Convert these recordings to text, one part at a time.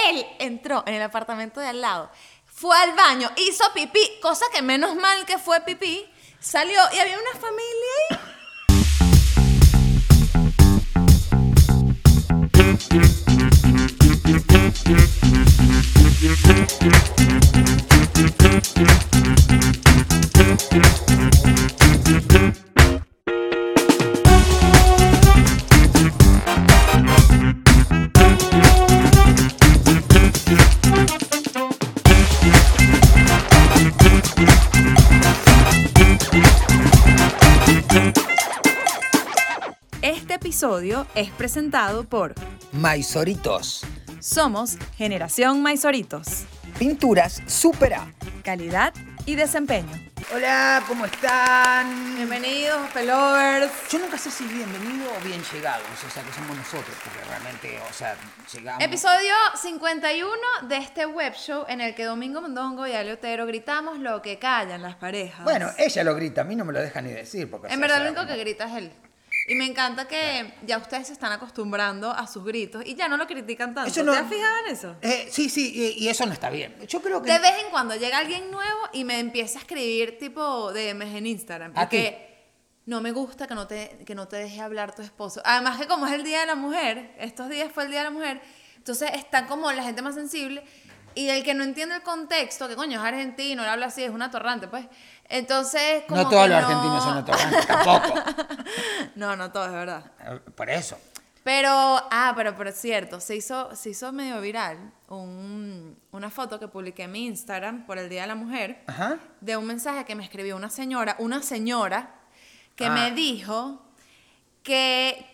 él entró en el apartamento de al lado, fue al baño, hizo pipí, cosa que menos mal que fue pipí, salió y había una familia ahí. Este episodio es presentado por Maizoritos. Somos Generación Maizoritos. Pinturas Super A. Calidad y desempeño. Hola, ¿cómo están? Bienvenidos, Pelovers. Yo nunca sé si bienvenido o bien llegados, o sea, que somos nosotros, porque realmente, o sea, llegamos... Episodio 51 de este web show en el que Domingo Mondongo y Ale Otero gritamos lo que callan las parejas. Bueno, ella lo grita, a mí no me lo deja ni decir. Porque en verdad lo único que grita es él. Y me encanta que ya ustedes se están acostumbrando a sus gritos y ya no lo critican tanto. Eso no... ¿Te has fijado en eso? Sí, y eso no está bien. Yo creo que... De vez en cuando llega alguien nuevo y me empieza a escribir tipo DMs en Instagram. Porque no me gusta que no te deje hablar tu esposo. Además que como es el Día de la Mujer, estos días fue el Día de la Mujer, entonces está como la gente más sensible y el que no entiende el contexto, que coño es argentino, él habla así, es un atorrante, pues... Entonces, como no todos que los argentinos son atorrantes, tampoco. No todos, es verdad. Por eso. Pero es cierto, se hizo medio viral una foto que publiqué en mi Instagram por el Día de la Mujer. Ajá. De un mensaje que me escribió una señora que me dijo que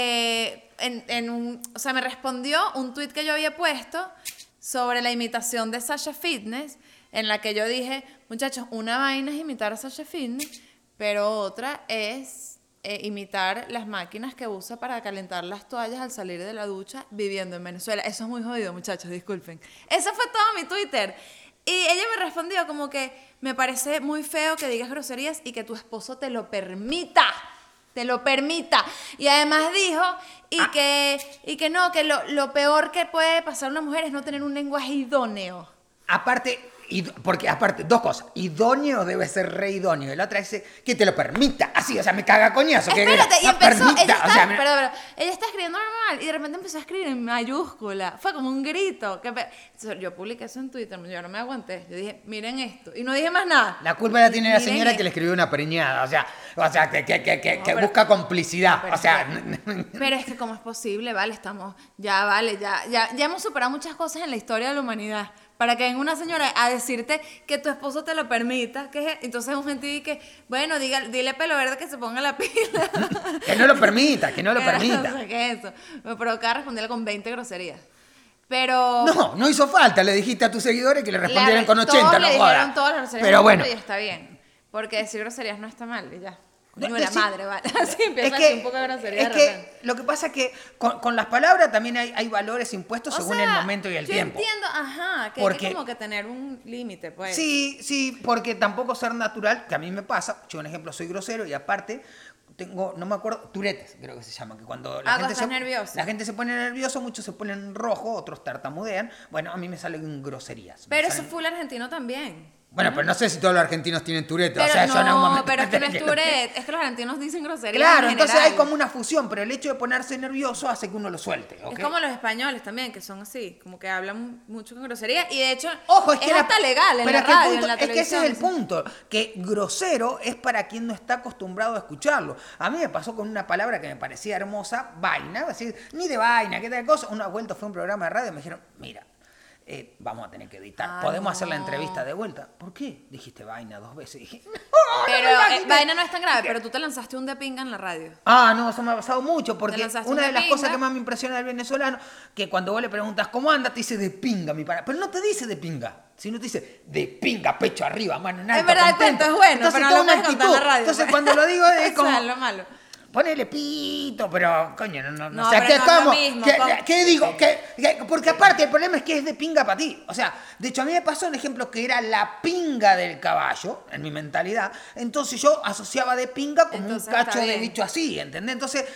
o sea, me respondió un tweet que yo había puesto sobre la imitación de Sasha Fitness, en la que yo dije, muchachos, una vaina es imitar a Sasha Fitness, pero otra es imitar las máquinas que usa para calentar las toallas al salir de la ducha viviendo en Venezuela. Eso es muy jodido, muchachos, disculpen. Eso fue todo mi Twitter. Y ella me respondió como que me parece muy feo que digas groserías y que tu esposo te lo permita. Te lo permita. Y además dijo que no, que lo peor que puede pasar a una mujer es no tener un lenguaje idóneo. Aparte, dos cosas. Idóneo debe ser re idóneo. Y la otra dice que te lo permita. Así, o sea, me caga coñazo. Espérate, y empezó, permita, pero ella está escribiendo normal y de repente empezó a escribir en mayúscula. Fue como un grito. Yo publiqué eso en Twitter, yo no me aguanté. Yo dije, miren esto. Y no dije más nada. La culpa la tiene la señora que le escribió una preñada. O sea, que busca complicidad. Pero es que cómo es posible, vale, ya hemos superado muchas cosas en la historia de la humanidad. Para que venga una señora a decirte que tu esposo te lo permita, entonces un gente dice que, bueno, dile Pelo Verde que se ponga la pila. Que no lo permita. No sé qué es eso. Me provocaba responderle con 20 groserías. Pero... No hizo falta. Le dijiste a tus seguidores que le respondieran con 80, todos no le jodas. dijeron todas las groserías. Pero bueno. Y está bien. Porque decir groserías no está mal, y ya. No la Sí, madre, vale. Así empieza a decir un poco de grosería. Es que lo que pasa es que con las palabras también hay valores impuestos según el momento y el tiempo. Yo entiendo, que hay que como que tener un límite, pues. Sí, porque tampoco ser natural, que a mí me pasa. Yo, por ejemplo, soy grosero y aparte tengo, no me acuerdo, Tourette's creo que se llama, que cuando la gente se pone nervioso, muchos se ponen rojo, otros tartamudean. Bueno, a mí me salen groserías. Pero eso fue el argentino también. Bueno, pero no sé si todos los argentinos tienen Tourette. Pero o sea, yo en algún momento... pero es que no es Tourette, es que los argentinos dicen groserías. Claro, entonces hay como una fusión, pero el hecho de ponerse nervioso hace que uno lo suelte. ¿Okay? Es como los españoles también, que son así, como que hablan mucho con grosería y de hecho ojo, es que hasta legal en la radio, en la televisión. Es que ese es el punto, que grosero es para quien no está acostumbrado a escucharlo. A mí me pasó con una palabra que me parecía hermosa, vaina, así, ni de vaina, qué tal cosa. Una vuelta fue un programa de radio y me dijeron, mira, vamos a tener que editar. ¿Podemos hacer la entrevista de vuelta? ¿Por qué? Dijiste vaina 2 veces. Y dije, pero vaina no es tan grave, pero tú te lanzaste un de pinga en la radio. No, eso me ha pasado mucho, porque una de las pinga. cosas que más me impresiona del venezolano, que cuando vos le preguntas ¿cómo anda? Te dice de pinga, mi pana. Pero no te dice de pinga, sino te dice de pinga, pecho arriba, mano en alto. Es verdad, contento. El cuento es bueno, entonces, pero no lo puedes contar en la radio. Entonces cuando lo digo es como... Eso es lo malo. Ponele pito, pero coño, no. O sea, ¿qué ¿cómo? Mismo, ¿Qué digo? Porque aparte el problema es que es de pinga para ti. O sea, de hecho a mí me pasó un ejemplo que era la pinga del caballo, en mi mentalidad. Entonces yo asociaba de pinga como un cacho de bicho así, ¿entendés? Entonces,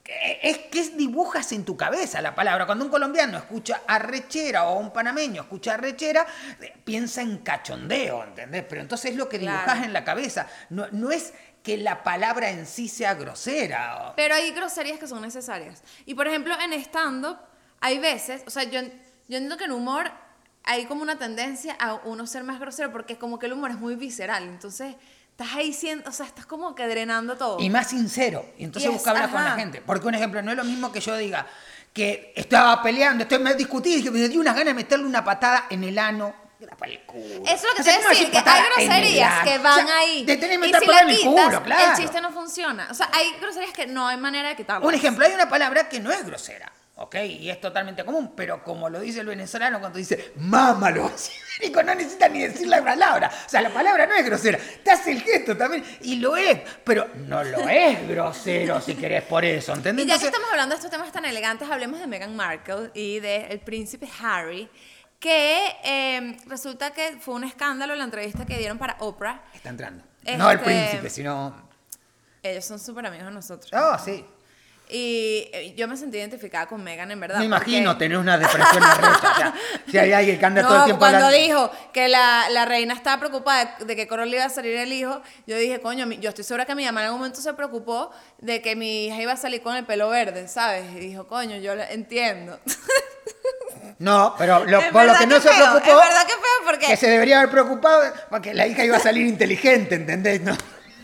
que dibujas en tu cabeza la palabra. Cuando un colombiano escucha arrechera o un panameño escucha arrechera, piensa en cachondeo, ¿entendés? Pero entonces es lo que dibujás Claro. en la cabeza. No es que la palabra en sí sea grosera. Pero hay groserías que son necesarias. Y por ejemplo, en stand-up, hay veces, o sea, yo entiendo que en humor hay como una tendencia a uno ser más grosero, porque como que el humor es muy visceral. Entonces, estás ahí siendo, o sea, estás como que drenando todo. Y más sincero. Y entonces Y busca hablar con la ajá. gente. Porque un ejemplo, no es lo mismo que yo diga que estaba peleando, me discutí y que me dio unas ganas de meterle una patada en el ano. Para el culo. Eso es lo que O sea, te voy ¿cómo a decir, decir que hay patada en el groserías ano? que van O sea, ahí. de tener que Y meter si por la en el quitas, culo, claro. el chiste no funciona. O sea, hay groserías que no hay manera de quitarlas. Un ejemplo, hay una palabra que no es grosera, ¿ok? Y es totalmente común, pero como lo dice el venezolano cuando dice mamá, los ibéricos no necesitan ni decir la palabra. O sea, la palabra no es grosera. Te hace el gesto también, y lo es, pero no lo es grosero si querés por eso, ¿entendés? Y ya que Entonces, estamos hablando de estos temas tan elegantes, hablemos de Meghan Markle y del príncipe Harry, que resulta que fue un escándalo la entrevista que dieron para Oprah. está entrando. No el Este, príncipe, sino... Ellos son súper amigos de nosotros. Oh, sí. Y yo me sentí identificada con Meghan, en verdad. Me imagino porque- tener una depresión arrecha. O sea, si hay alguien que anda todo el No, tiempo cuando hablando- dijo que la reina estaba preocupada de que Corol le iba a salir el hijo, yo dije, coño, yo estoy segura que mi mamá en algún momento se preocupó de que mi hija iba a salir con el pelo verde, ¿sabes? Y dijo, coño, yo entiendo. No, pero Es por lo verdad que no que se feo, preocupó, es verdad que feo, porque- que se debería haber preocupado porque la hija iba a salir inteligente, ¿entendés? ¿No?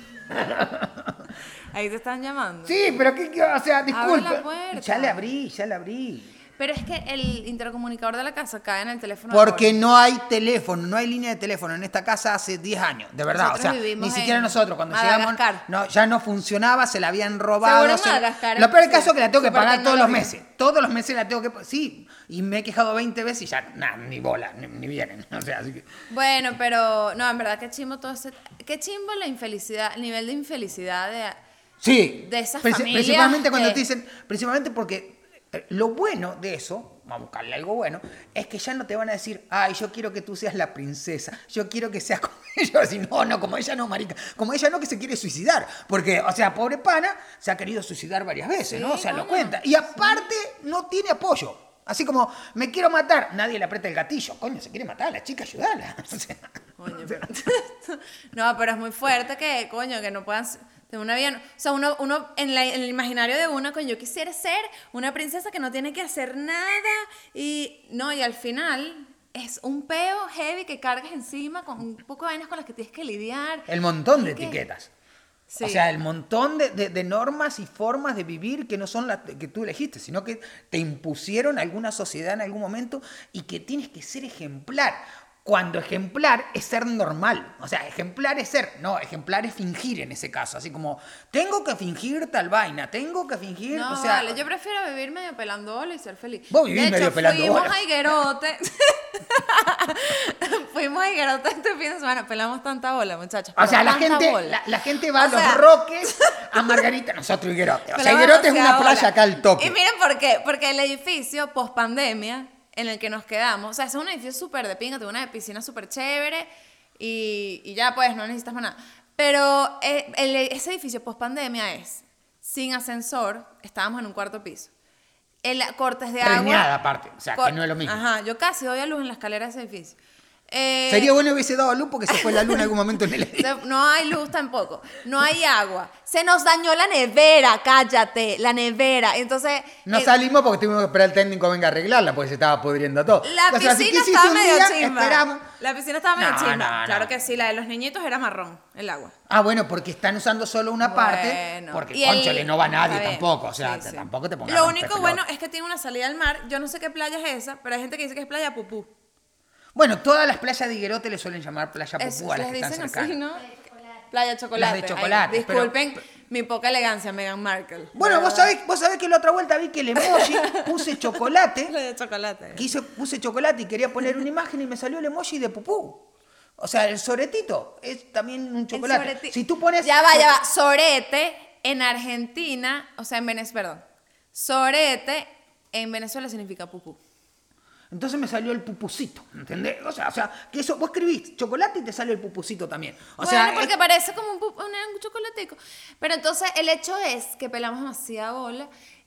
Ahí te están llamando. Sí, pero o sea, disculpe. la puerta. Ya le abrí. Pero es que el intercomunicador de la casa cae en el teléfono. Porque ahora. no hay teléfono, no hay línea de teléfono en esta casa hace 10 años, de verdad. Nosotros o sea, vivimos ni siquiera en nosotros, cuando Madagascar. llegamos, no, ya no funcionaba, se la habían robado. Seguro en Madagascar, Lo peor del sí, caso es que la tengo que súper pagar todos los tecnológico. meses. Todos los meses la tengo que sí, y me he quejado 20 veces y ya, nada, ni bola, ni vienen. O sea, así que... Bueno, pero no, en verdad que chimbo todo ese. Qué chimbo la infelicidad, el nivel de infelicidad Sí, de esas familias principalmente cuando que- te dicen, principalmente porque lo bueno de eso, vamos a buscarle algo bueno, es que ya no te van a decir, ay, yo quiero que tú seas la princesa, yo quiero que seas como ella, así, no, como ella no, marica, como ella no, que se quiere suicidar, porque, o sea, pobre pana, se ha querido suicidar varias veces, ¿no? O sea, lo coño, cuenta, y aparte no tiene apoyo. Así como, me quiero matar, nadie le aprieta el gatillo. Coño, se quiere matar, la chica, ayúdala. O sea, Coño, pero- no, pero es muy fuerte que, coño, que no puedan tener una vida. O sea, uno en el imaginario de uno, coño, yo quisiera ser una princesa que no tiene que hacer nada. Y no, y al final es un peo heavy que cargas encima con un poco de vainas con las que tienes que lidiar. el montón de ¿Y qué? etiquetas. Sí. O sea, el montón de normas y formas de vivir que no son las que tú elegiste, sino que te impusieron alguna sociedad en algún momento y que tienes que ser ejemplar. Cuando ejemplar es ser normal. O sea, ejemplar es ser. No, ejemplar es fingir en ese caso. Así como, tengo que fingir tal vaina, tengo que fingir. No, o sea, vale, yo prefiero vivir medio pelando bola y ser feliz. Vos vivís De hecho, medio pelando fuimos bola. a Higuerote. Fuimos a Higuerote este fin de semana. Pelamos tanta bola, muchachos. O sea, la tanta gente, bola. la gente va a O sea, los Roques, a Margarita, nosotros Higuerote. O sea, pelamos Higuerote es demasiada una playa bola. acá al toque. Y miren por qué. Porque el edificio post pandemia en el que nos quedamos, o sea, es un edificio súper de pinga, tiene una piscina súper chévere y ya pues no necesitas más nada. Pero ese edificio post pandemia es sin ascensor, estábamos en un cuarto piso. Cortes de agua. Preñada aparte, o sea, que no es lo mismo. Ajá, yo casi doy a luz en la escalera de ese edificio. Sería bueno que hubiese dado luz porque se fue la luz en algún momento en el edificio. No hay luz tampoco, no hay agua. Se nos dañó la nevera, cállate, la nevera. Entonces, No salimos porque tuvimos que esperar al técnico venga a arreglarla porque se estaba pudriendo todo. la O sea, si piscina quisiste estaba un medio día, chimba. esperamos. La piscina estaba medio No, chimba. no, Claro no. que sí, la de los niñitos era marrón, el agua. Ah, bueno, porque están usando solo una parte. Bueno, Porque, y cónchale, no va nadie está bien. tampoco. O sea, Sí, sí. tampoco te pongas Lo a romper único pelota. bueno es que tiene una salida al mar. Yo no sé qué playa es esa, pero hay gente que dice que es playa Pupú. Bueno, todas las playas de Higuerote le suelen llamar playa Pupú a las Les que están dicen cercanas. así, ¿no? Playa chocolate. Las de chocolate, Ay, disculpen mi poca elegancia, Meghan Markle. Bueno, De vos sabés que la otra vuelta vi que el emoji puse chocolate. Playa chocolate. Puse chocolate y quería poner una imagen y me salió el emoji de pupú. O sea, el soretito es también un chocolate. Si tú pones... Ya va. Sorete en Argentina, o sea, en Venezuela, perdón. Sorete en Venezuela significa pupú. Entonces me salió el pupucito, ¿entendés? O sea, que eso, vos escribís chocolate y te sale el pupucito también. O sea, Bueno, porque parece como un chocolatico. Pero entonces el hecho es que pelamos demasiada bola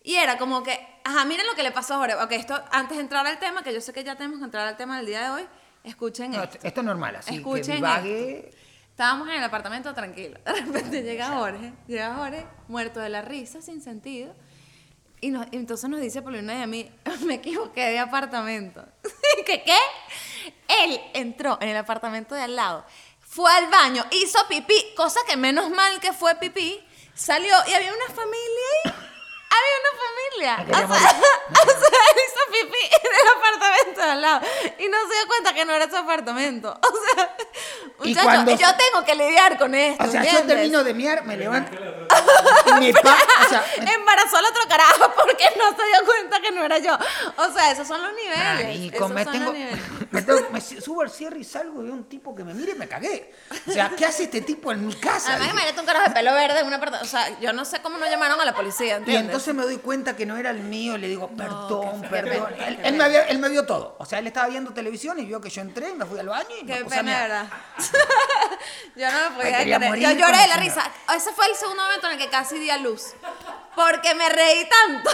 Y era como que, ajá, miren lo que le pasó a Jorge. Ok, esto, antes de entrar al tema, que yo sé que ya tenemos que entrar al tema del día de hoy, escuchen No, esto. esto es normal, así Escuchen que divague. Estábamos en el apartamento tranquilo. De repente llega Jorge, muerto de la risa, sin sentido. Y entonces nos dice Paulina y a mí, me equivoqué de apartamento. ¿Qué? Él entró en el apartamento de al lado, fue al baño, hizo pipí, cosa que menos mal que fue pipí, salió y había una familia ahí. Había una familia. O sea, él hizo pipí en el apartamento de al lado y no se dio cuenta que no era su apartamento. O sea, muchachos, yo tengo que lidiar con esto. O sea, ¿entiendes? yo termino de miar, me levanto. O sea, embarazó al otro carajo porque no se dio cuenta que no era yo. O sea, esos son los niveles. Me subo al cierre y salgo y veo un tipo que me mira y me cagué. O sea, ¿qué hace este tipo en mi casa? Además, imagínate un carajo de pelo verde en una parte. O sea, yo no sé cómo no llamaron a la policía, ¿entiendes? Y entonces me doy cuenta que no era el mío, le digo, perdón. Él me vio todo. O sea, él estaba viendo televisión y vio que yo entré, me fui al baño y me puse a miar. Verdad. Yo no me podía creer. Yo lloré de la risa. Ese fue el segundo momento en el que casi di a luz. Porque me reí tanto.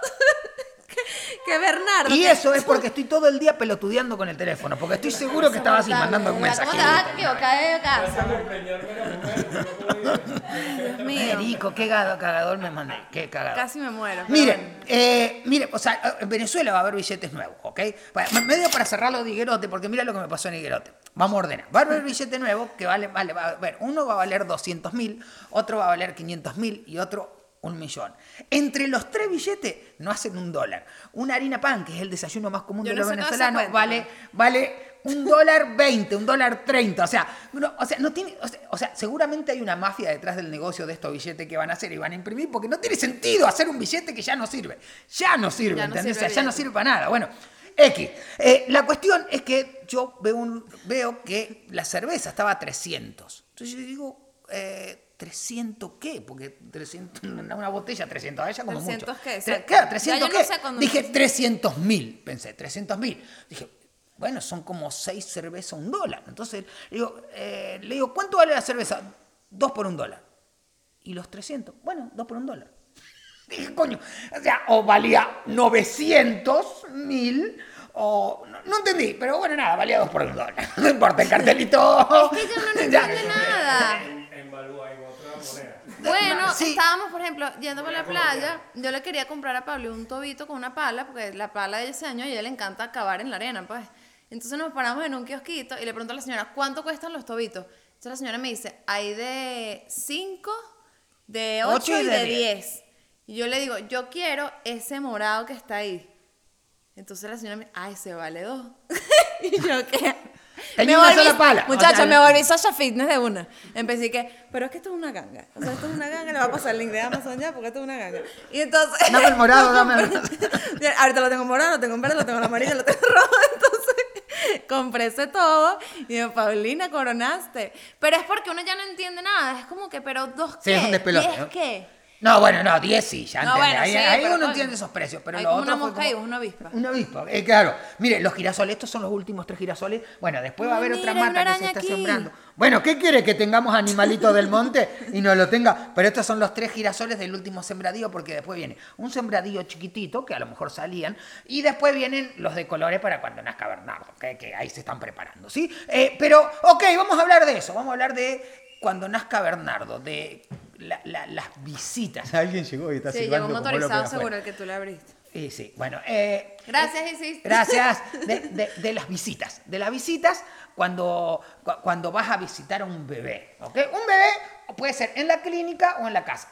que Bernardo. Y eso es porque estoy todo el día pelotudeando con el teléfono, porque estoy seguro que estabas así mandando un mensaje. ¿Cómo te vas a equivocar de casa? Dios mío. Marico, qué cagador me mandé. Qué cagador. Casi me muero. Mire, o sea, en Venezuela va a haber billetes nuevos, ¿ok? Medio para cerrarlo de Higuerote, porque mira lo que me pasó en Higuerote. Vamos a ordenar. Va a haber billete nuevo que vale, a ver, uno va a valer 200.000, otro va a valer 500.000 y otro 1.000.000. Entre los tres billetes no hacen $1. Una harina pan, que es el desayuno más común de los venezolanos, vale $1.20, $1.30. No tiene, seguramente hay una mafia detrás del negocio de estos billetes que van a hacer y van a imprimir, porque no tiene sentido hacer un billete que ya no sirve. Ya no sirve, ¿entendés? O sea, ya no sirve para nada. Bueno, la cuestión es que yo veo que la cerveza estaba a 300. Entonces yo digo, ¿300 qué? Porque 300, una botella 300, a ella como 300 mucho. ¿300 qué? Claro, 300 qué. No sé Dije 300.000, pensé, 300.000. Dije, bueno, son como 6 cervezas $1. Entonces le digo, ¿cuánto vale la cerveza? 2 por $1. ¿Y los 300? Bueno, 2 por $1. Dije, coño, o sea, o valía 900.000 o... No entendí, pero bueno, nada, valía 2 por $1. No importa el cartelito. Es que yo no entiendo nada. Bueno, sí. Estábamos, por ejemplo, yendo por la playa. Yo le quería comprar a Pablo un tobito con una pala, porque la pala de ese año a ella le encanta acabar en la arena, pues. Entonces nos paramos en un kiosquito y le pregunto a la señora, ¿cuánto cuestan los tobitos? Entonces la señora me dice, hay de 5, de 8 y de 10. Y yo le digo, yo quiero ese morado que está ahí. Entonces la señora me dice, ese vale 2. Y yo, ¿qué? Tenía una sola pala. Muchachos, me volví Sasha Fitness de una. Empecé pero es que esto es una ganga. O sea, esto es una ganga, le va a pasar el link de Amazon ya, porque esto es una ganga. Y entonces... Dame el morado, dame el... Ahorita lo tengo morado, lo tengo en verde, lo tengo en amarillo, lo tengo en rojo. Entonces, compré ese todo. Y digo, Paulina, coronaste. Pero es porque uno ya no entiende nada. Es como que, pero ¿2 qué? Sí, es un despelote. ¿10 qué? No, bueno, no, 10 sí, ya No, entendí. bueno, sí, ahí pero uno coño, entiende esos precios. Pero hay lo como otro una fue mosca y una avispa. Una avispa, claro. Mire, los girasoles, estos son los últimos 3 girasoles. Bueno, después va a haber otra mira, mata hay una que se está araña aquí. sembrando. Bueno, ¿qué quiere? Que tengamos animalitos del monte y no lo tenga. Pero estos son los 3 girasoles del último sembradío, porque después viene un sembradío chiquitito, que a lo mejor salían, y después vienen los de colores para cuando nazca Bernardo, que ahí se están preparando, ¿sí? Pero, ok, vamos a hablar de eso. Vamos a hablar de cuando nazca Bernardo, de... las visitas. Alguien llegó y está silbando. Sí, llegó como motorizado loco seguro el que tú le abriste. Sí, bueno. Gracias, Isis. Gracias. De las visitas. De las visitas cuando vas a visitar a un bebé. ¿Ok? Un bebé puede ser en la clínica o en la casa.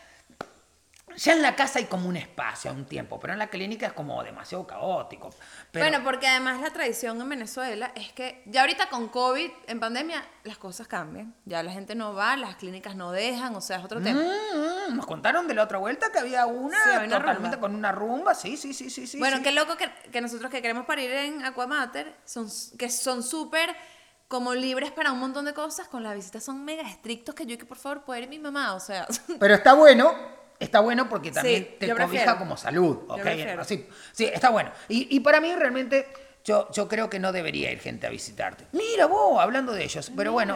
Ya en la casa hay como un espacio, un tiempo, pero en la clínica es como demasiado caótico. Bueno, porque además la tradición en Venezuela es que ya ahorita con COVID, en pandemia, las cosas cambian. Ya la gente no va, las clínicas no dejan, o sea, es otro tema. Nos contaron de la otra vuelta que había una, Sí, había una totalmente rumba. con una rumba. Sí. Bueno, sí. qué loco que nosotros que queremos parir en Aquamater, que son súper como libres para un montón de cosas, con las visitas son mega estrictos, que yo que por favor puede ir mi mamá, o sea... Pero está bueno porque también Sí, te yo cobija prefiero. como salud. Yo ¿Ok? prefiero. Sí, está bueno. Y para mí realmente yo creo que no debería ir gente a visitarte. Mira vos, hablando de ellos. Pero bueno,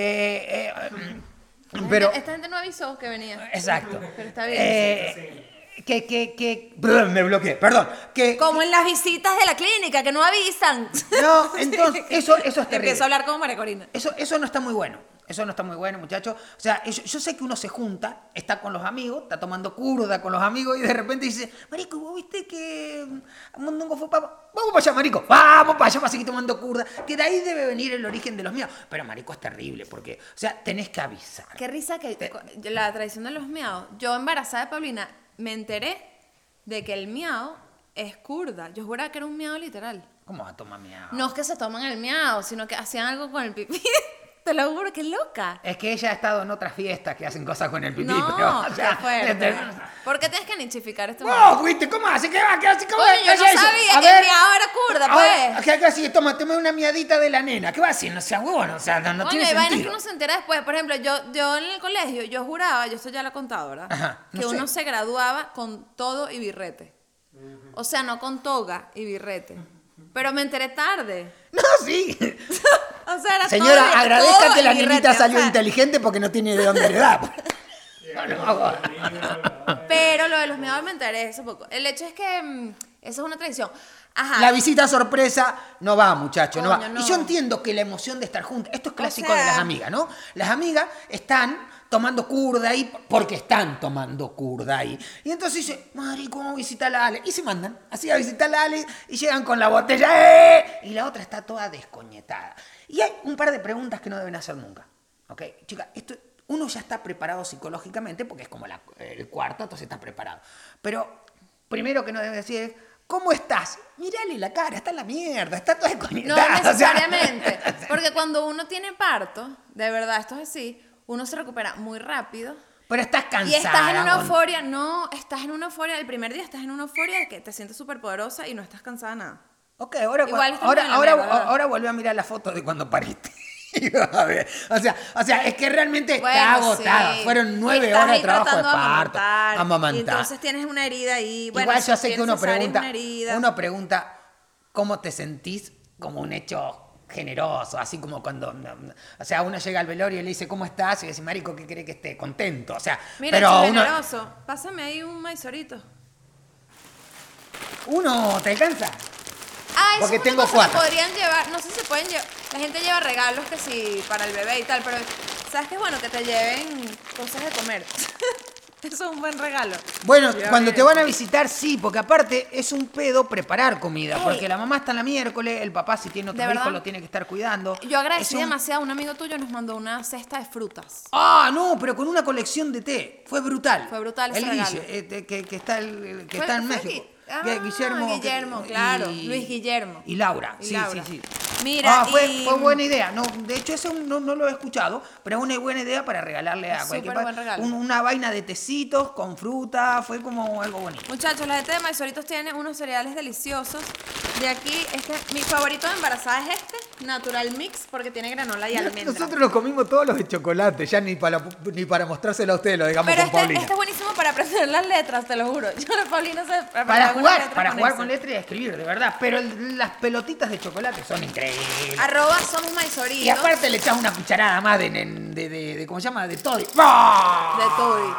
Esta pero... gente no avisó que venía. Exacto. Pero está bien. Me bloqueé, perdón. Como en las visitas de la clínica, que no avisan. No, entonces, eso es terrible. Empiezo a hablar como María Corina. Eso no está muy bueno. Eso no está muy bueno, muchachos. O sea, yo sé que uno se junta, está con los amigos, está tomando curda con los amigos y de repente dice, marico, ¿vos viste que Mondongo fue para... Vamos para allá, marico. Vamos para allá para seguir tomando curda. Que de ahí debe venir el origen de los miaos. Pero, marico, es terrible porque, o sea, tenés que avisar. Qué risa que la tradición de los miaos. Yo, embarazada de Paulina, me enteré de que el miau es kurda. Yo juraba que era un miau literal. ¿Cómo va a tomar miau? No es que se toman el miau, sino que hacían algo con el pipí. Te lo juro, qué loca. Es que ella ha estado en otras fiestas que hacen cosas con el pipí. No, pero, o sea, qué fuerte. ¿Por qué tienes que nichificar esto? ¡Oh, viste! ¿Cómo hace? ¿Qué va? ¿Qué hace? ¿Cómo Oye, yo no sabía que el miau era kurda, pues. ¿Qué así? Toma una miadita de la nena. ¿Qué va haciendo? O sea, huevón, o sea, no tiene hay vainas sentido. que uno se entera después. Por ejemplo, yo en el colegio, yo juraba, yo esto ya lo he contado, ¿verdad? Ajá, no que sé. uno se graduaba con todo y birrete. O sea, no con toga y birrete. Pero me enteré tarde. No, sí. O sea, era Señora, todo, agradezca todo que la y birrete, niñita salió o sea, inteligente porque no tiene de dónde heredar. Pero lo de los miados me enteré hace poco. El hecho es que eso es una tradición. Ajá. La visita sorpresa no va, muchacho, no va. Coño, no. Y yo entiendo que la emoción de estar juntas, esto es clásico sea, de las amigas, ¿no? Las amigas están tomando curda ahí porque están tomando curda ahí. Y entonces dice, marico, vamos a visitar a la Ale. Y se mandan así a visitar a la Ale y llegan con la botella. Y la otra está toda descoñetada. Y hay un par de preguntas que no deben hacer nunca. ¿Ok? Chicas, esto... Uno ya está preparado psicológicamente porque es como el cuarto, entonces está preparado. Pero primero que no debe decir es, ¿cómo estás? Mírale la cara, está en la mierda, está toda No desconectada. necesariamente. Porque cuando uno tiene parto, de verdad, esto es así, uno se recupera muy rápido. Pero estás cansada. Y estás en una euforia, estás en una euforia, el primer día estás en una euforia de que te sientes súper poderosa y no estás cansada de nada. Ok, ahora vuelve a mirar la foto de cuando pariste. A ver, o sea, es que realmente está agotada. Sí. Fueron 9 horas de trabajo de parto. Amamantar. Y entonces tienes una herida ahí. Bueno, igual yo sé que uno pregunta, ¿cómo te sentís como un hecho generoso? Así como cuando, o sea, uno llega al velorio y le dice, ¿cómo estás? Y dice, marico, ¿qué quiere que esté? Contento. O sea, mira, pero generoso, pásame ahí un maizorito. ¿Uno te alcanza? Porque eso tengo 4. Podrían llevar, no sé si se pueden llevar. La gente lleva regalos que sí para el bebé y tal, pero ¿sabes qué es bueno? Que te lleven cosas de comer. Eso es un buen regalo. Bueno, cuando te van a visitar, sí, porque aparte es un pedo preparar comida, porque la mamá está en la miércoles, el papá si tiene otro hijo lo tiene que estar cuidando. Yo agradecí demasiado, un amigo tuyo nos mandó una cesta de frutas. Ah, no, pero con una colección de té. Fue brutal. Fue brutal ese el regalo. Guille, que está en México. Guillermo, claro. Luis Guillermo. Y Laura. Sí. Mira, fue buena idea. No, de hecho, eso no lo he escuchado, pero es una buena idea para regalarle a cualquier regalo. Una vaina de tecitos con fruta. Fue como algo bonito. Muchachos, la gente de Maizoritos tiene unos cereales deliciosos. De aquí, mi favorito de embarazada es Natural Mix, porque tiene granola y almendra. Nosotros nos comimos todos los de chocolate, ya ni para mostrárselo a ustedes, lo digamos pero con Paulina. Este es buenísimo para aprender las letras, te lo juro. Yo la Paulina sé para jugar con letras y escribir, de verdad. Pero las pelotitas de chocolate son increíbles. @somos Maizoritos. Y aparte le echas una cucharada más de ¿cómo se llama? De toddy. De toddy.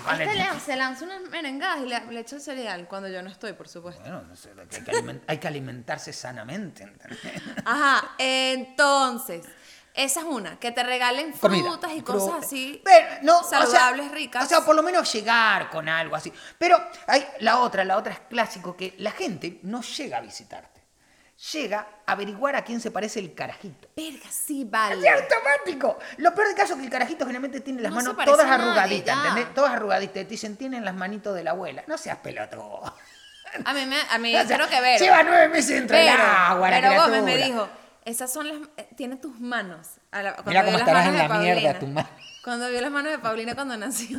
Se lanza unas merengadas y le echa el cereal cuando yo no estoy, por supuesto. Bueno, no sé, hay que alimentarse sanamente, ¿entendés? Ajá, entonces, esa es una, que te regalen frutas y cosas así, saludables, ricas. O sea, por lo menos llegar con algo así. Pero hay la otra es clásico, que la gente no llega a visitarte. Llega a averiguar a quién se parece el carajito. Verga, sí, vale. Es automático. Lo peor del caso es que el carajito generalmente tiene las manos todas arrugaditas, ¿entendés? Todas arrugaditas. Te dicen, tienen las manitos de la abuela. No seas pelotudo. A mí creo que ver. Lleva 9 meses dentro del agua, la criatura. Gómez me dijo, esas son las... tiene tus manos. Mira cómo estarás en la mierda tu mano. Cuando vio las manos de Paulina cuando nació.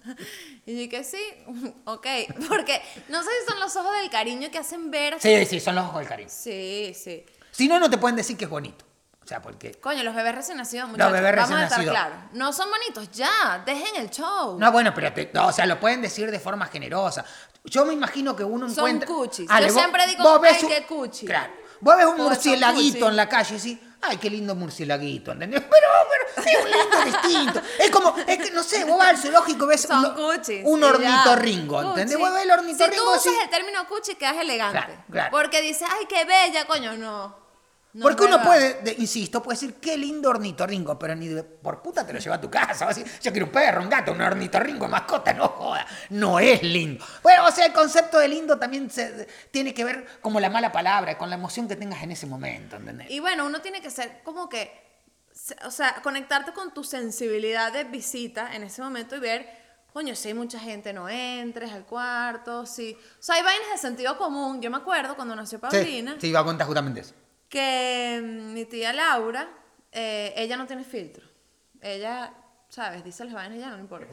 Y yo dije, sí, ok. Porque no sé si son los ojos del cariño que hacen ver... Sí, son los ojos del cariño. Sí. Si no, no te pueden decir que es bonito. O sea, porque... Coño, los bebés recién nacidos, muchachos, vamos a estar claros. No son bonitos, ya, dejen el show. No, bueno, pero lo pueden decir de forma generosa. Yo me imagino que uno encuentra... Son cuchis. Yo siempre digo, ay, qué cuchi. Claro. Vos ves un murcielaguito en la calle y decís, ay, qué lindo murcielaguito, ¿entendés? Pero es un lindo distinto. Es como, es que, no sé, vos vas al zoológico, ves Son cuchis, un y ornitorrinco, ya. ¿entendés? Cuchi. Vos ves el ornitorrinco Si tú usas así. el término cuchi, quedas elegante. Claro. Porque dices, ay, qué bella, coño, no. No Porque es uno verdad. puede, insisto, puede decir, qué lindo ornitorrinco, pero ni por puta te lo lleva a tu casa. Vas a decir, yo quiero un perro, un gato, un ornitorrinco, mascota, no joda. No es lindo. Bueno, o sea, el concepto de lindo también tiene que ver como la mala palabra, con la emoción que tengas en ese momento, ¿entendés? Y bueno, uno tiene que ser como que, o sea, conectarte con tu sensibilidad de visita en ese momento y ver, coño, si hay mucha gente, no entres al cuarto, sí. O sea, hay vainas de sentido común. Yo me acuerdo cuando nació Paulina, Sí, iba a contar justamente eso. que mi tía Laura, ella no tiene filtro. Ella, ¿sabes? Dice las vainas y ya no le importa.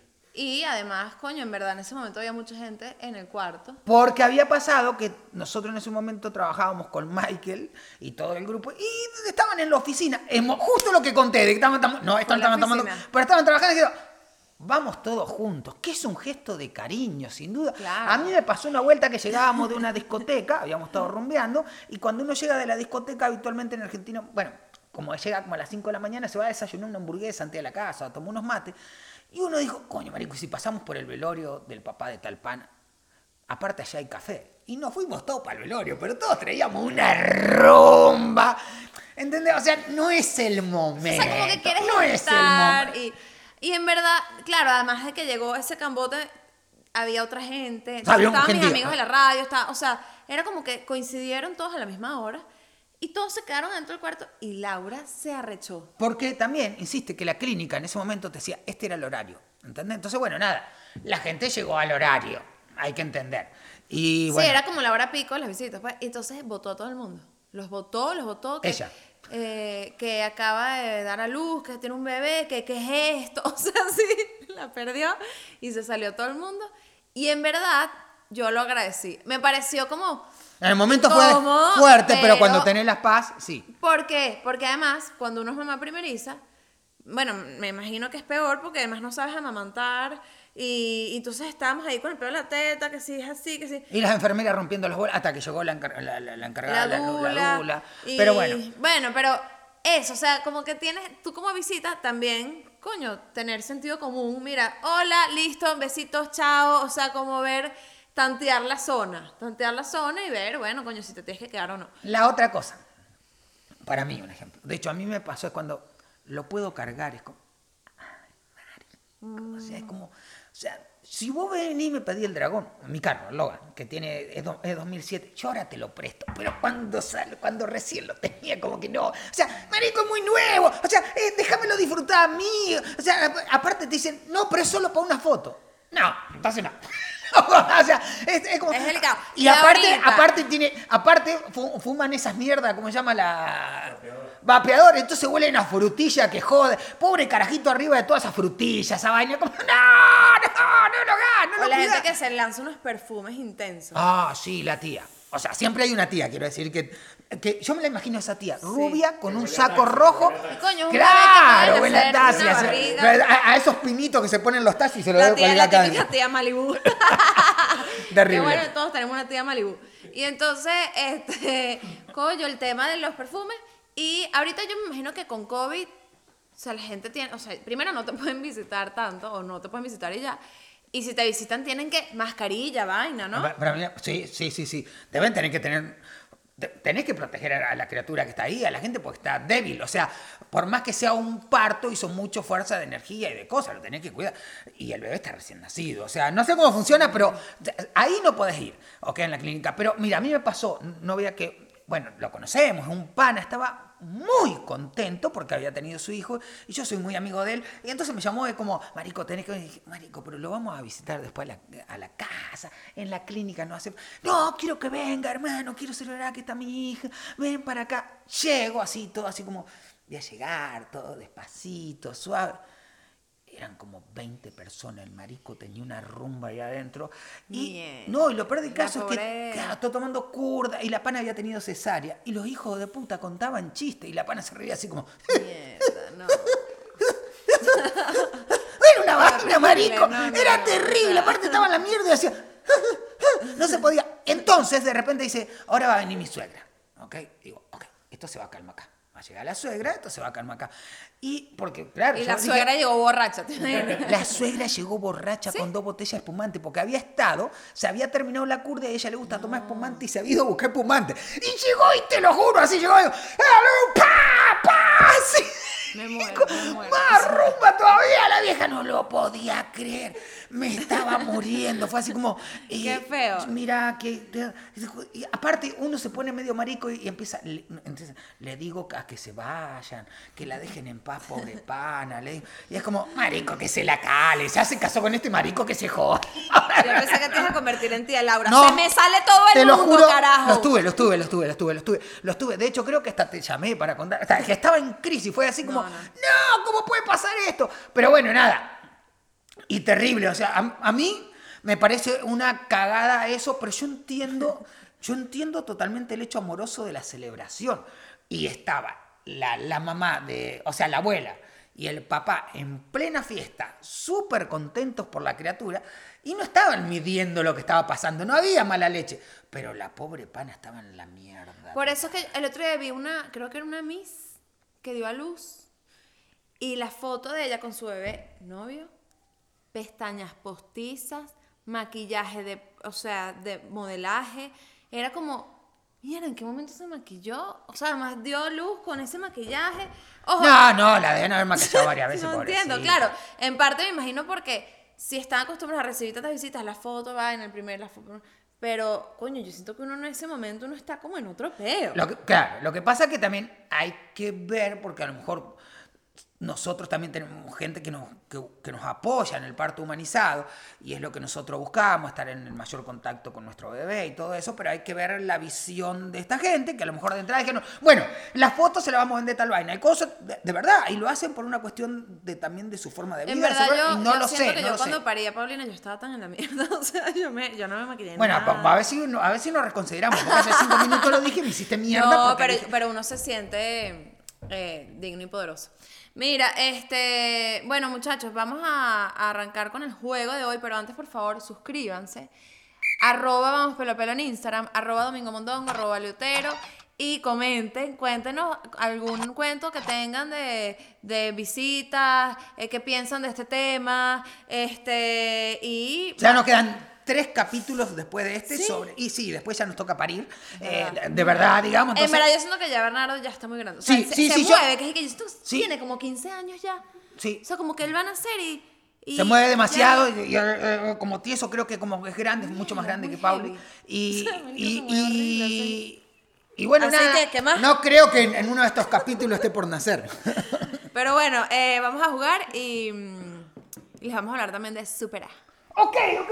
Y además, coño, en verdad en ese momento había mucha gente en el cuarto. Porque había pasado que nosotros en ese momento trabajábamos con Michael y todo el grupo y estaban en la oficina. Justo lo que conté, de que estaban tomando, pero estaban trabajando y dijeron, vamos todos juntos, que es un gesto de cariño, sin duda. Claro. A mí me pasó una vuelta que llegábamos de una discoteca, habíamos estado rumbeando, y cuando uno llega de la discoteca, habitualmente en Argentina, bueno, como llega como a las 5 de la mañana, se va a desayunar una hamburguesa antes de la casa, toma unos mates, y uno dijo, coño, marico, ¿y si pasamos por el velorio del papá de tal pana? Aparte allá hay café. Y nos fuimos todos para el velorio, pero todos traíamos una rumba. ¿Entendés? O sea, no es el momento. O sea, como que quieres no es el momento. estar y en verdad, claro, además de que llegó ese cambote, había otra gente. Había un Estaban mis gentío. amigos de la radio, o sea, era como que coincidieron todos a la misma hora y todos se quedaron dentro del cuarto y Laura se arrechó. Porque también, insiste, que la clínica en ese momento te decía, este era el horario. ¿Entendés? Entonces, bueno, nada, la gente llegó al horario, hay que entender. Y bueno, Sí, era como la hora pico de las visitas. Pues, y entonces votó a todo el mundo. Los votó. Que, Ella. Que acaba de dar a luz, que tiene un bebé, que es esto. O sea, sí, la perdió y se salió todo el mundo. Y en verdad, yo lo agradecí. Me pareció como... en el momento fue incómodo, fuerte, pero cuando tenés la paz, sí. ¿Por qué? Porque además, cuando uno es mamá primeriza, bueno, me imagino que es peor porque además no sabes amamantar y entonces estábamos ahí con el pelo de la teta, que sí es así, que sí. Y las enfermeras rompiendo los bolas hasta que llegó la encargada, La dula. Pero bueno. Bueno, pero eso, o sea, como que tienes, tú como visita también, coño, tener sentido común. Mira, hola, listo, besitos, chao. O sea, como ver, tantear la zona y ver, bueno, coño, si te tienes que quedar o no. La otra cosa, para mí un ejemplo. De hecho, a mí me pasó es cuando lo puedo cargar, es como, ay, marico. O sea, es como, o sea, si vos venís y me pedí el dragón, mi carro, el Logan, que es 2007, yo ahora te lo presto, pero cuando recién lo tenía, como que no. O sea, marico, es muy nuevo. O sea, déjamelo disfrutar a mí. O sea, aparte te dicen, no, pero es solo para una foto. No, entonces no. O sea, es como... Es delicado. Y Y aparte fuman esas mierdas, ¿cómo se llama la...? Vapeador, entonces huelen a frutilla que jode. Pobre carajito arriba de todas esas frutillas, esa vaina, como, no lo hagas, no O lo la gente cuidas. que se lanza unos perfumes intensos. Ah, sí, la tía. O sea, siempre hay una tía, quiero decir, que yo me la imagino a esa tía, rubia, con un saco rojo. Y coño, un Claro, bebé que en la puede taxi. nacer, una barriga. A esos pinitos que se ponen los taxis y se lo La debo tía, colgar la acá. típica tía Malibú. Terrible. Que bueno, todos tenemos una tía Malibú. Y entonces, coño, el tema de los perfumes. Y ahorita yo me imagino que con COVID, o sea, la gente tiene, o sea, primero no te pueden visitar tanto, o no te pueden visitar y ya. Y si te visitan tienen que, mascarilla, vaina, ¿no? Pero mira, sí. Deben tener que tener... Tenés que proteger a la criatura que está ahí, a la gente, porque está débil. O sea, por más que sea un parto, hizo mucho fuerza de energía y de cosas, lo tenés que cuidar. Y el bebé está recién nacido. O sea, no sé cómo funciona, pero ahí no podés ir, ¿ok? En la clínica. Pero mira, a mí me pasó, no veía que, bueno, lo conocemos, es un pana, estaba muy contento porque había tenido su hijo y yo soy muy amigo de él. Y entonces me llamó de como, marico, tenés que venir. Y dije, marico, pero lo vamos a visitar después a la casa, en la clínica, no hace... No, quiero que venga, hermano, quiero celebrar que está mi hija, ven para acá. Llego así, todo así como, voy a llegar, todo despacito, suave. Eran como 20 personas, el marico tenía una rumba ahí adentro. Y Bien. no, y lo peor del caso es que pobreza. claro, estoy tomando curda y la pana había tenido cesárea. Y los hijos de puta contaban chistes y la pana se reía así como... Mierda, no. Era una vaina, marico. no, Era no, terrible. o sea. Aparte estaba en la mierda y hacía... No se podía. Entonces, de repente dice, ahora va a venir mi suegra. ¿Ok? Digo, ok, esto se va a calmar acá. Va a llegar la suegra, esto se va a calmar acá. Y porque, claro, Y yo la dije, suegra llegó borracha. ¿Te imaginas? la suegra llegó borracha con 2 botellas de espumante porque había estado, se había terminado la cura y a ella le gusta tomar espumante y se había ido a buscar espumante. Y llegó, y te lo juro, así llegó. Y, ¡pa! ¡Pa! Así. Me muero. Más rumba todavía, la vieja no lo podía creer. Me estaba muriendo. Fue así como. Qué feo. Mira, que. Y aparte, uno se pone medio marico y empieza. Entonces, le digo a que se vayan, que la dejen en paz, pobre pana. Y es como, marico, que se la cale. Se hace caso con este marico que se joda. Yo pensé que te ibas a convertir en tía Laura. No, se me sale todo te el lo mundo, juro, carajo. Los tuve. De hecho, creo que hasta te llamé para contar. O sea, que estaba en crisis. Fue así como, no, ¿cómo puede pasar esto? Pero bueno, nada. Y terrible. O sea, a mí me parece una cagada eso, pero yo entiendo totalmente el hecho amoroso de la celebración. Y estaba la mamá o sea, la abuela y el papá en plena fiesta, súper contentos por la criatura, y no estaban midiendo lo que estaba pasando, no había mala leche, pero la pobre pana estaba en la mierda. Por eso es que el otro día vi creo que era una Miss que dio a luz, y la foto de ella con su bebé novio, pestañas postizas, maquillaje de modelaje, era como... Mira, ¿en qué momento se maquilló? O sea, además dio luz con ese maquillaje. Ojo, No, la deben haber maquillado varias veces. no entiendo, claro. En parte me imagino porque si están acostumbrados a recibir tantas visitas, la foto va en el primer, la foto... Pero, coño, yo siento que uno en ese momento uno está como en otro peo. Claro, lo que pasa es que también hay que ver, porque a lo mejor nosotros también tenemos gente que nos apoya en el parto humanizado y es lo que nosotros buscamos, estar en el mayor contacto con nuestro bebé y todo eso, pero hay que ver la visión de esta gente que a lo mejor de entrada dijeron, bueno, las fotos se las vamos a vender tal vaina, hay cosas de verdad, y lo hacen por una cuestión también de su forma de vida. En verdad, y no yo lo siento sé, que no yo lo cuando sé. parí a Paulina yo estaba tan en la mierda, o sea, yo no me maquillé Bueno, nada. a ver si nos reconsideramos, porque hace 5 minutos lo dije y me hiciste mierda. No, pero uno se siente digno y poderoso. Mira, bueno, muchachos, vamos a arrancar con el juego de hoy, pero antes, por favor, suscríbanse. @vamospelopelo en Instagram, @domingomondongo, @leutero. Y comenten, cuéntenos algún cuento que tengan de visitas, qué piensan de este tema, y... Ya nos quedan 3 capítulos después de ¿Sí? y sí, después ya nos toca parir, de verdad, digamos. Entonces, en verdad, yo siento que ya Bernardo ya está muy grande. O sea, Sí, se sí, mueve, que es que yo siento que Sí. tiene como 15 años ya. Sí. O sea, como que él va a nacer y Se mueve demasiado ya- y como tieso, creo que como es grande, es mucho más grande muy que Pauli. heavy. Y, O sea, me y, parece muy horrible, y, y bueno, Así nada, que, ¿qué más? no creo que en uno de estos capítulos esté por nacer. Pero bueno, vamos a jugar y les vamos a hablar también de Super A. Ok.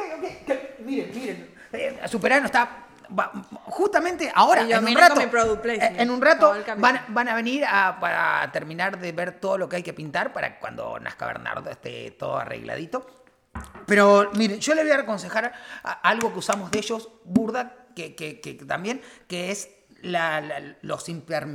Miren. Superar no está... Justamente ahora, Y yo en un vine rato, con mi product placement, en un rato todo el camino. van a venir para terminar de ver todo lo que hay que pintar para cuando nazca Bernardo esté todo arregladito. Pero miren, yo les voy a aconsejar algo que usamos de ellos, burda, que también, que es los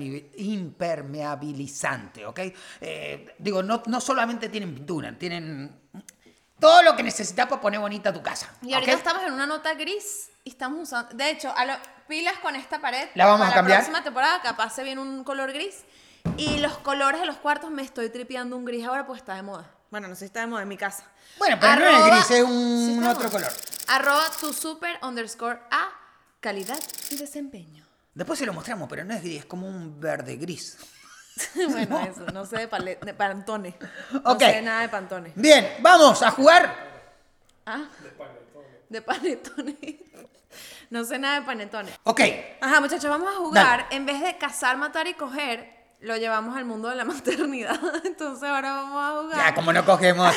impermeabilizantes, ¿ok? Digo, no solamente tienen pintura, tienen todo lo que necesitas para poner bonita tu casa. Y ahorita ¿ok? estamos en una nota gris y estamos usando... De hecho, pilas con esta pared. La vamos para a cambiar. La próxima temporada capaz se viene un color gris. Y los colores de los cuartos me estoy tripeando un gris ahora pues está de moda. Bueno, no sé si está de moda en mi casa. Bueno, pero no es gris, es un está de otro moda. color. @tusuper_a, calidad y desempeño. Después se lo mostramos, pero no es gris, es como un verde gris. Bueno, eso, no sé de Pantone. No Ok. sé nada de Pantone. Bien, vamos a jugar. Ah, de Panetone. No sé nada de Panetone. Ok, Ajá, muchachos, vamos a jugar. En vez de cazar, matar y coger, lo llevamos al mundo de la maternidad. Entonces ahora vamos a jugar. ya como no cogemos.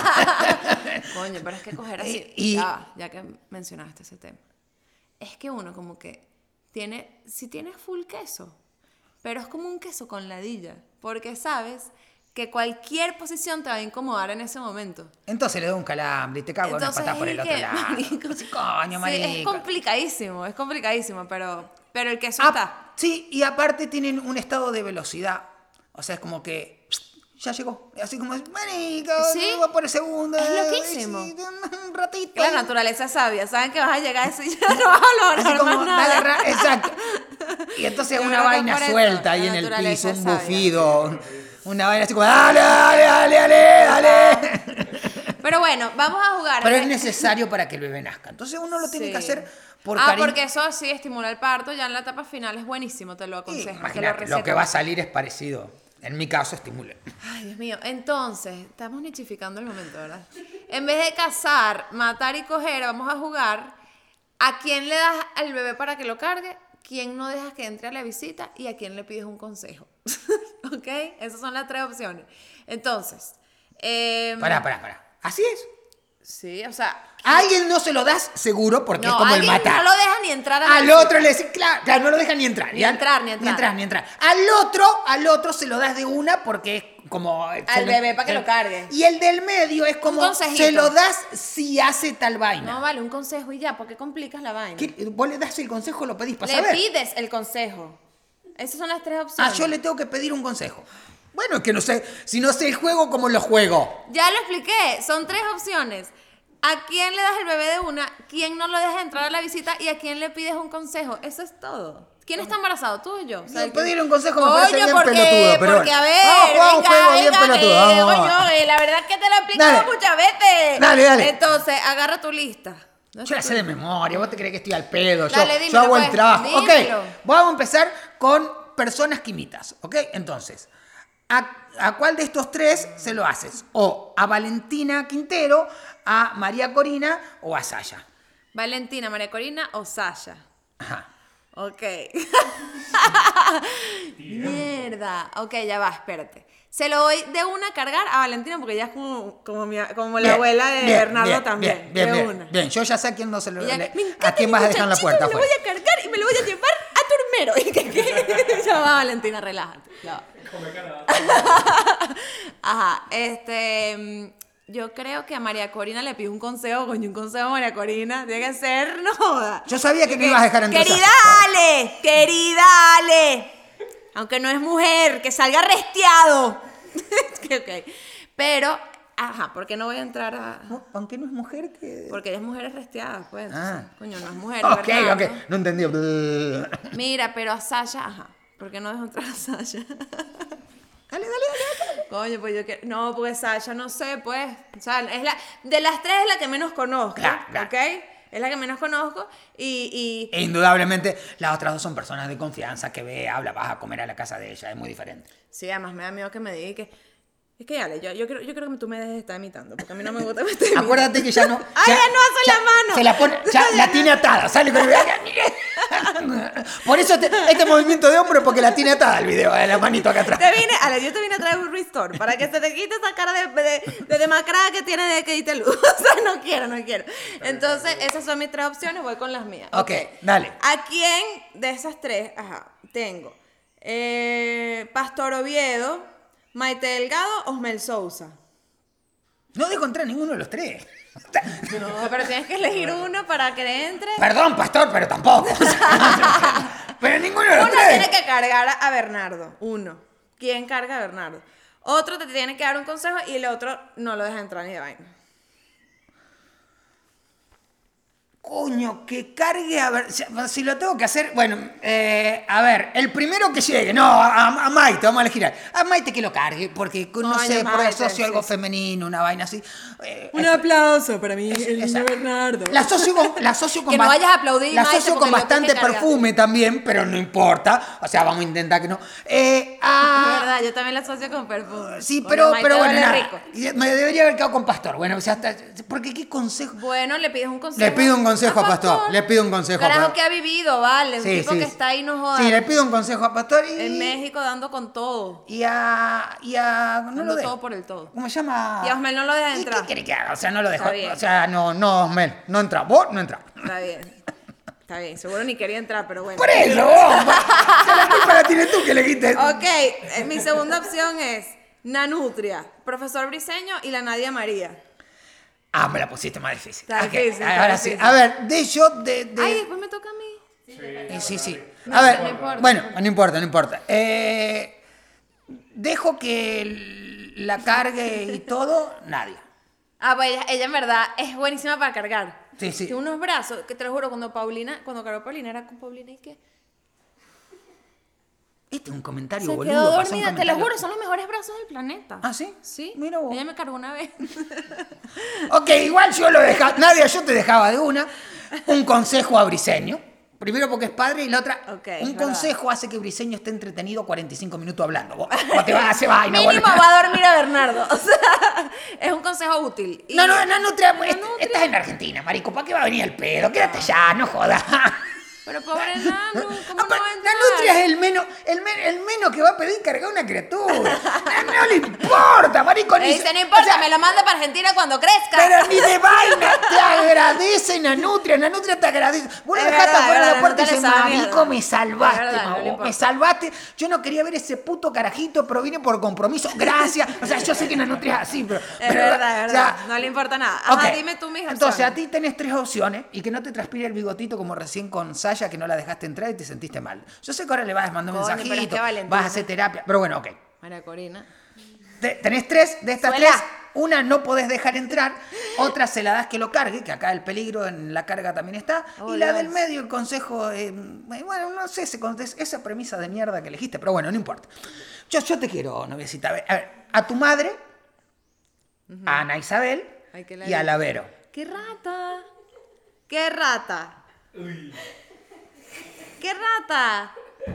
Coño, pero es que coger así. Ya que mencionaste ese tema. Es que uno como que si tiene full queso, pero es como un queso con ladilla. Porque sabes que cualquier posición te va a incomodar en ese momento. Entonces le doy un calambre y te cago una patada por el otro lado. Marico, Sí, coño, marico. es complicadísimo, pero el queso está. Sí, y aparte tienen un estado de velocidad. O sea, es como que ya llegó. Así como, marico, Sí, va por el segundo. es loquísimo. Sí, un ratito. La naturaleza es sabia, saben que vas a llegar a eso y ya no vas a lograr Así como, más nada. exacto. Y entonces Yo una creo que vaina por eso, suelta ahí la en el naturaleza piso, es un sabia. bufido, una vaina así como, dale, dale, dale, dale, dale. Pero bueno, vamos a jugar. Pero es necesario para que el bebé nazca. Entonces uno lo tiene Sí. que hacer por cariño. Porque eso sí estimula el parto, ya en la etapa final es buenísimo, te lo Y aconsejo. te imagínate, receto. lo que va a salir es parecido. En mi caso, estimule. Ay, Dios mío. Entonces, estamos nichificando el momento, ¿verdad? En vez de cazar, matar y coger, vamos a jugar. ¿A quién le das al bebé para que lo cargue? ¿Quién no dejas que entre a la visita? ¿Y a quién le pides un consejo? ¿Ok? Esas son las 3 opciones. Entonces, Pará. Así es. sí, o sea, A alguien no se lo das seguro porque no, es como el alguien matar. no lo deja ni entrar a la Al visita. otro le decís, claro, no lo deja ni entrar. Ni Ya, entrar. Ni entrar. Al otro se lo das de una porque es como... Al bebé para que lo cargue. Y el del medio es como, consejito. se lo das si hace tal vaina. No, vale, un consejo y ya, porque complicas la vaina. Vos le das el consejo, lo pedís para Le saber. pides el consejo. Esas son las 3 Ah, opciones. yo le tengo que pedir un consejo. Bueno, es que no sé, si no sé el juego, ¿cómo lo juego? Ya lo expliqué, son 3 opciones. ¿A quién le das el bebé de una? ¿Quién no lo deja entrar a la visita? ¿Y a quién le pides un consejo? Eso es todo. ¿Quién está embarazado? ¿Tú o yo? O sea, No, pedir un consejo me parece Coño, bien porque, pelotudo, pero porque bueno. a ver, Vamos a jugar un juego bien pelotudo, vamos. coño, la verdad es que te lo he explicado Dale. muchas veces. Dale. Entonces, agarra tu lista. No Yo la sé sé de memoria, vos te crees que estoy al pedo, Dale, yo dímelo, hago el pues, trabajo. dímelo. Ok, vamos a empezar con personas que imitas, ¿ok? Entonces, ¿a cuál de estos 3 se lo haces? O a Valentina Quintero, a María Corina o a Saya. Valentina, María Corina o Sasha. Ajá. Ok. Mierda. Ok, ya va, espérate. Se lo doy de una a cargar a Valentina porque ella es como la Bien, abuela de bien, Bernardo bien, también. Bien, de bien, una. bien, yo ya sé a quién no se lo... Y ella, me encanta ¿A quién mi vas a dejar en la muchachito, puerta me lo afuera? voy a cargar y me lo voy a llevar a Turmero. Y que ya va, Valentina, relájate. Ya va. Ajá, yo creo que a María Corina le pido un consejo, coño, un consejo a María Corina, tiene que ser, no joda. Yo sabía que no ibas a dejar entrar. Querida Ale, aunque no es mujer, que salga restiado. Ok, pero, ajá, ¿por qué no voy a entrar a...? No, aunque no es mujer que... Porque ella es mujer restiada, pues. Ah. Coño, no es mujer, Ok, ¿verdad? ok, no entendí. Mira, pero a Sasha, ajá, ¿por qué no dejo entrar a Sasha? Dale. Coño, pues yo quiero... No, porque Sasha, no sé, pues. O sea, de las 3 es la que menos conozco, Claro. ¿ok? Es la que menos conozco y... E indudablemente, las otras 2 son personas de confianza que ve, habla, vas a comer a la casa de ella, es muy diferente. Sí, además me da miedo que me diga que... Es que, Ale, yo creo que tú me dejes de estar imitando, porque a mí no me gusta que me estés imitando. Acuérdate que ya no... ¡Ay, ya no hace la mano! Se la pone, ya la tiene atada, sale con el video. Por eso este movimiento de hombro, porque la tiene atada el video, la manito acá atrás. Ale, yo te vine a traer un restore para que se te quite esa cara de demacrada que tiene de que diste luz. O sea, no quiero. Entonces, esas son mis 3 opciones, voy con las mías. Ok, dale. ¿A quién de esas 3? Ajá, tengo Pastor Oviedo, Maite Delgado, Osmel Sousa. No dejo entrar ninguno de los 3. No, pero tienes que elegir uno para que entre. Perdón, pastor, pero tampoco. Pero ninguno de los Uno 3. tiene que cargar a Bernardo. Uno. ¿Quién carga a Bernardo? Otro te tiene que dar un consejo y el otro no lo deja entrar ni de vaina. Coño, que cargue a ver, si lo tengo que hacer, bueno, a ver, el primero que llegue, no, a Maite, vamos a elegir a Maite que lo cargue, porque no Coño, sé, por Maite, asocio algo sí. femenino, una vaina así. Un aplauso para mí, Es- el esa- niño Bernardo. La asocio con Que no vayas a aplaudir, La Maite, asocio porque con lo tienes bastante que cargar. perfume también, pero no importa, o sea, vamos a intentar que no. Es verdad, yo también la asocio con perfume. Sí, Coño, pero Maite bueno, huele nada, rico. me debería haber quedado con Pastor, bueno, o sea, porque qué consejo. Bueno, le pides un consejo. Le pido un consejo a Pastor, le pido un consejo a Carajo Pastor. que ha vivido, vale. Un Sí, tipo sí, que sí. está ahí, no jodas. Sí, le pido un consejo a Pastor y... En México dando con todo. Y a no Dando lo dejo. todo por el todo. ¿Cómo se llama? Y a Osmel no lo deja ¿Y entrar. ¿Qué quiere que haga? O sea, no lo dejo. Está bien. O sea, no, Osmel, no entra. Vos no entra. Está bien. Está bien. Seguro ni quería entrar, pero bueno. Por eso, vos. Se la culpa la tienes tú que le quites. Ok, mi segunda opción es Nanutria, Profesor Briseño y la Nadia María. Ah, me la pusiste más difícil. Está Ok, difícil, está ahora sí. difícil. A ver, Ay, después me toca a mí. Sí. No, A ver, no importa. bueno, no importa. Dejo que la cargue y todo, nadie. Ah, pues ella en verdad es buenísima para cargar. Sí. Tiene unos brazos, que te lo juro, cuando cargó Paulina era con Paulina y que... Este es un comentario Se boludo. quedó pasó un dormida, te lo comentario. juro, son los mejores brazos del planeta. ¿Ah, sí? Sí. Mira vos. Ella me cargó una vez. Ok, igual yo lo dejaba. Nadia, yo te dejaba de una. Un consejo a Briseño. Primero porque es padre y la otra, Ok, un es consejo hace que Briseño esté entretenido 45 minutos hablando. Vos te vas a hacer vaina. Mínimo boludo. va a dormir a Bernardo. O sea, es un consejo útil. Y- No, Nanutria, Nanutria. estás en Argentina, marico. ¿Para qué va a venir el pedo? Quédate allá, no jodas. Pero pobre Nanu, ¿cómo no va a entrar? Nanutria es el menos que va a pedir cargar una criatura. No le importa, marico. Le dice, no importa, me lo manda para Argentina cuando crezca. Pero ni de vaina te agradece Nanutria. Nanutria te agradece. Vos lo Es dejaste verdad, afuera de es la puerta y verdad, dices, Nanutria le sabe marico, mierda. me salvaste, Es verdad, no le mabo, importa. me salvaste. Yo no quería ver ese puto carajito, pero vine por compromiso. Gracias. O sea, yo sé que Nanutria es así, pero... Es verdad, o sea, no le importa nada. Ajá, ok. dime tú mis opciones. Entonces, a ti tenés 3 opciones y que no te transpire el bigotito como recién con Saya, que no la dejaste entrar y te sentiste mal. Yo sé que ahora le vas a mandar un Coño, pero es mensajito, que Valentina- vas a hacer terapia, pero bueno, ok. María Corina. Tenés 3 de estas Suela. 3. Una no podés dejar entrar, otra se la das que lo cargue, que acá el peligro en la carga también está. Oh, y la Dios. del medio, el consejo, bueno, no sé, esa premisa de mierda que elegiste, pero bueno, no importa. Yo te quiero, noviecita. A tu madre, a Ana Isabel Ay, qué la y a la Vero. ¡Qué rata! ¡Qué rata! ¡Qué rata!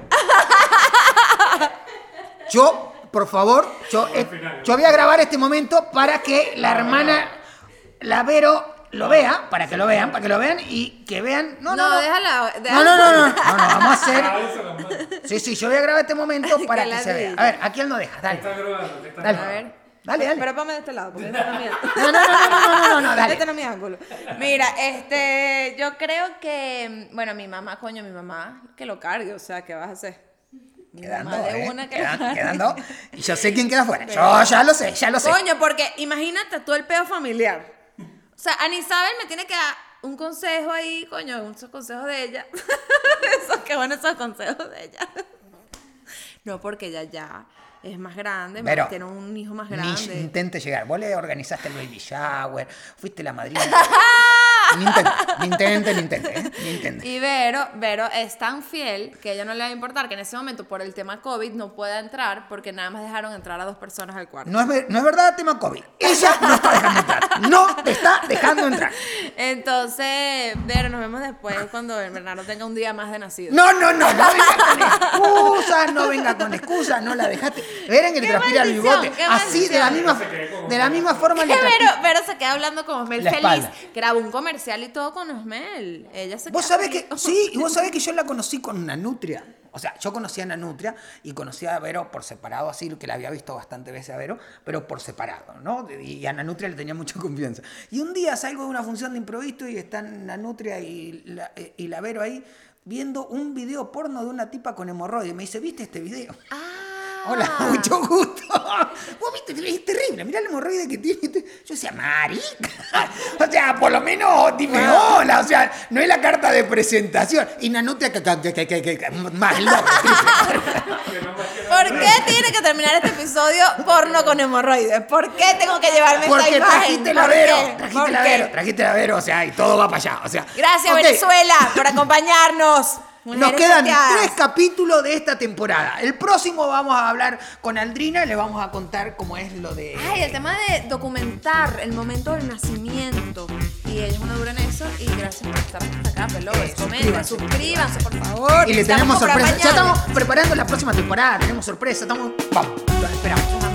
Yo, por favor, yo voy a grabar este momento para que la hermana, la Vero, lo vea, para que lo vean y que vean. No, déjala. No, vamos a hacer. Sí, yo voy a grabar este momento para Que que la se vea. diga. A ver, ¿a quién lo dejas? Dale. Dale. A ver. Dale. Pero ponme de este lado, porque este no es mi No, dale. Este no es mi ángulo. Mira, yo creo que, bueno, mi mamá, que lo cargue, o sea, ¿qué vas a hacer? Mi Quedando, mamá de una que lo cargue. quedando. Y yo sé quién queda fuera. Yo ya lo sé. Coño, porque imagínate tú el peo familiar. O sea, Ana Isabel me tiene que dar un consejo ahí, coño, esos consejos de ella. Qué bueno esos consejos de ella. No, porque ella ya es más grande, Pero tiene un hijo más Ni grande. intente llegar. Vos le organizaste el baby shower, fuiste la madrina. Ni intente. Y Vero es tan fiel que a ella no le va a importar que en ese momento, por el tema COVID, no pueda entrar porque nada más dejaron entrar a 2 personas al cuarto. No es verdad el tema COVID. Ella no está dejando entrar. No te está dejando entrar. Entonces, Vero, nos vemos después cuando Bernardo tenga un día más de nacido. No venga con excusas, no la dejaste. Verán que le Qué transpira el maldición, bigote. qué Así, de la misma forma le Que transpira. Vero se queda hablando con Osmel La feliz. espalda. Grabó un comercial y todo con Osmel. Ella se Vos queda sabés que, feliz. sí, y vos sabés que yo la conocí con Nanutria. O sea, yo conocía a Nanutria y conocía a Vero por separado, así que la había visto bastante veces a Vero, pero por separado, ¿no? Y a Nanutria le tenía mucha confianza. Y un día salgo de una función de improviso y están Nanutria y la Vero ahí viendo un video porno de una tipa con hemorroides. Me dice, ¿viste este video? Hola, mucho gusto. Vos viste, es terrible, mirá el hemorroide que tiene. Yo decía, marica. O sea, por lo menos dime hola. O sea, no es la carta de presentación. Y Nanutria, que más loco. ¿Por qué tiene que terminar este episodio porno con hemorroides? ¿Por qué tengo que llevarme esta Porque imagen? trajiste la ¿Por Vero, qué? trajiste la Vero, o sea, y todo va para allá. O sea, Gracias, ok. Venezuela, por acompañarnos. Nos Mujeres quedan choteadas. 3 capítulos de esta temporada. El próximo vamos a hablar con Aldrina, le vamos a contar cómo es lo de... Ay, el tema de documentar el momento del nacimiento. Y ella es una dura en eso. Y gracias por estar hasta acá, Pelovers. Comenten, suscríbanse, por favor. Y le Estamos tenemos sorpresa. Ya acompañados. estamos preparando la próxima temporada, tenemos sorpresa, vamos, lo esperamos.